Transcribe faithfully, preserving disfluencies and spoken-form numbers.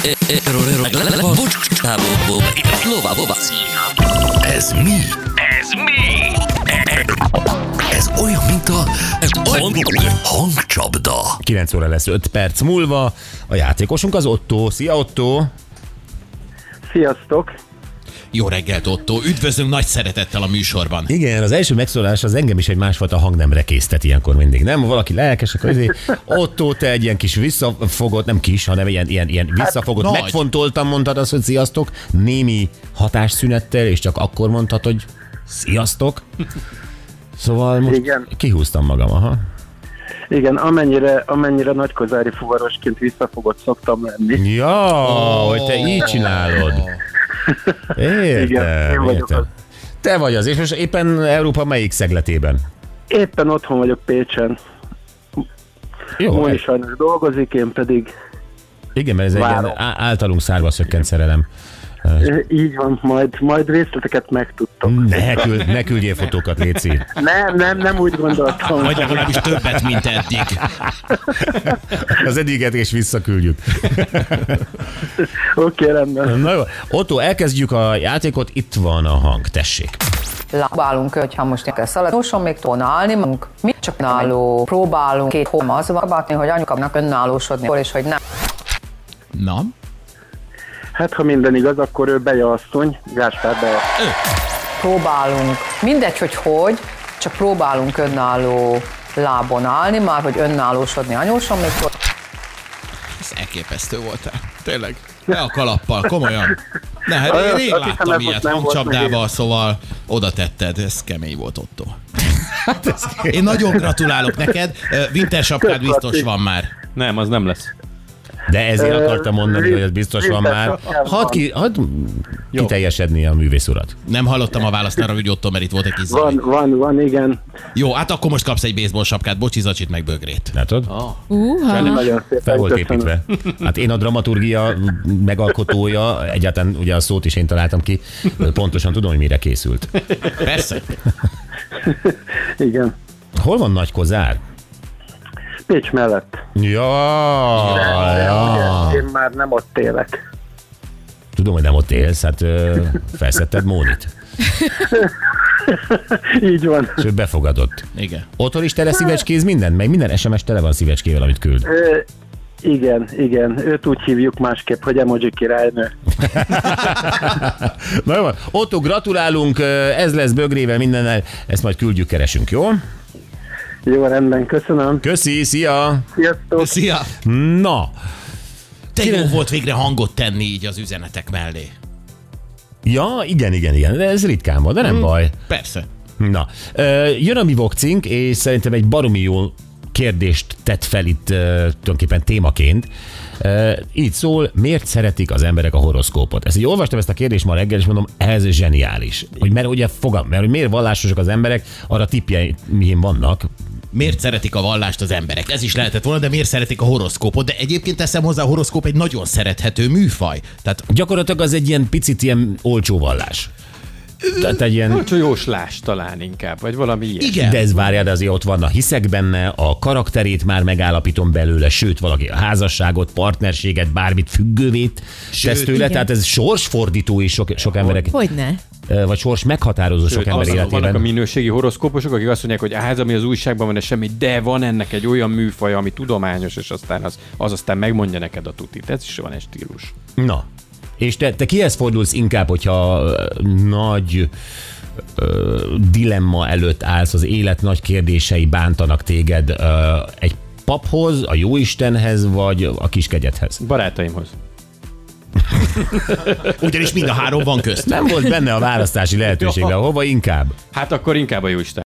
Ez mi? Ez mi? Ez olyan, mint a hangcsapda. kilenc óra lesz öt perc múlva. A játékosunk az Otto. Szia, Otto! Sziasztok! Jó reggelt, Otto! Üdvözlünk nagy szeretettel a műsorban. Igen, az első megszólalás az engem is egy másfajta hangnemre késztet ilyenkor mindig, nem? Valaki lelkes, akkor azért, Otto, te egy ilyen kis visszafogott, nem kis, hanem ilyen, ilyen, ilyen visszafogott, nagy. megfontoltan mondtad azt, hogy sziasztok, némi hatásszünettel, és csak akkor mondtad, hogy sziasztok. Szóval most Igen. kihúztam magam, aha. Igen, amennyire, amennyire nagykozári fuvarosként visszafogott szoktam lenni. Ja, oh. hogy te így csinálod. Értem, Igen, én vagyok értem. az. Te vagy az, és most éppen Európa melyik szegletében? Éppen otthon vagyok Pécsen. Jó, Móni sajnos dolgozik, én pedig igen, mert ez egy várom. ilyen á- általunk szárba szökkent szerelem. e, így van, majd, majd részleteket megtudtok. Ne, küld, ne küldjél fotókat, Léci. Nem, nem, nem úgy gondoltam. Vagy legalábbis többet, mint eddig. Az eddiget és visszaküldjük. Oké, okay, rendben. Na jó, Otto, elkezdjük a játékot, itt van a hang, tessék. Próbálunk, hogyha most kell szaladóson még tónálni, magunk mi csak önálló, próbálunk két hónap az van, hogy anyukának önállósodni, és hogy nem. Na? Hát, ha minden igaz, akkor ő Beja asszony, Gáspár Beja. Próbálunk, mindegy, hogy hogy, csak próbálunk önálló lábon állni, már hogy önállósodni anyóson még. Ez elképesztő voltál. Tényleg. Ne a kalappal, komolyan. Ne, hát én rég Azt hiszem, láttam ez ilyet most nem volt hangcsapdába, szóval oda tetted. Ez kemény volt, Otto. Én nagyon gratulálok neked. Winter sapkád biztos van már. Nem, az nem lesz. De ezért Ö, akartam mondani, hogy ez biztos van már. Hadd ki, hadd kiteljesedni a művész urat. Nem hallottam a választ arra, hogy Otto, mert itt volt egy kis Van, zaj. van, van, igen. Jó, hát akkor most kapsz egy baseball sapkát, bocsi, zacsit, meg bögrét. Látod? Nagyon szépen Fel volt köszönöm. építve. Hát én a dramaturgia megalkotója, egyáltalán ugye a szót is én találtam ki, pontosan tudom, hogy mire készült. Persze. Igen. Hol van Nagykozár? Pécs mellett. Ja, De ja. ugye én már nem ott élek. Tudom, hogy nem ott élsz, hát ö, felszetted Mónit. Így van. És ő befogadott. Igen. Otthon is tele szívecskéz minden? Meg minden es em es tele van szívecskével, amit küld. Ö, igen, igen. Őt úgy hívjuk másképp, hogy emoji királynő. Na jó, van. Otto, gratulálunk, ez lesz bögrével, mindennel, ezt majd küldjük, keresünk, jó? Jó, rendben, köszönöm. Köszi, szia! Sziasztok! Szia! Na, Te jó volt végre hangot tenni így az üzenetek mellé. ja, igen, igen, igen, de ez ritkán van, de nem baj. Persze. Na, ö, jön a mi vokcink, és szerintem egy baromi jó kérdést tett fel itt ö, tulajdonképpen témaként. Ö, így szól, miért szeretik az emberek a horoszkópot? Ezt így olvastam ezt a kérdést ma reggel, és mondom, ez zseniális. Hogy mert ugye fogam, mert hogy miért vallásosak az emberek, arra tippjeim vannak. Miért szeretik a vallást az emberek? Ez is lehetett volna, de miért szeretik a horoszkópot? De egyébként teszem hozzá, a horoszkóp egy nagyon szerethető műfaj. Tehát Gyakorlatilag az egy ilyen picit ilyen olcsó vallás. Tehát egy ilyen... Olcsó jóslás talán inkább, vagy valami ilyen. igen. De ez várjál, de azért ott van a hiszek benne, a karakterét már megállapítom belőle, sőt valaki a házasságot, partnerséget, bármit függővét Sőt, tesz tőle, igen. tehát ez sorsfordító is sok, sok emberek, Hogyne? vagy sors meghatározó sok Sőt, ember azok vannak a életében. minőségi horoszkóposok, akik azt mondják, hogy á, ez ami az újságban van, ez semmi, de van ennek egy olyan műfaj, ami tudományos, és aztán az, az aztán megmondja neked a tutit. Ez is van egy stílus. Na, és te, te kihez fordulsz inkább, hogyha ö, nagy ö, dilemma előtt állsz, az élet nagy kérdései bántanak téged, ö, egy paphoz, a jóistenhez, vagy a kiskegyedhez? Barátaimhoz. Ugyanis mind a három van közt. Nem volt benne a választási lehetőségben, hova inkább? Hát akkor inkább a jóisten.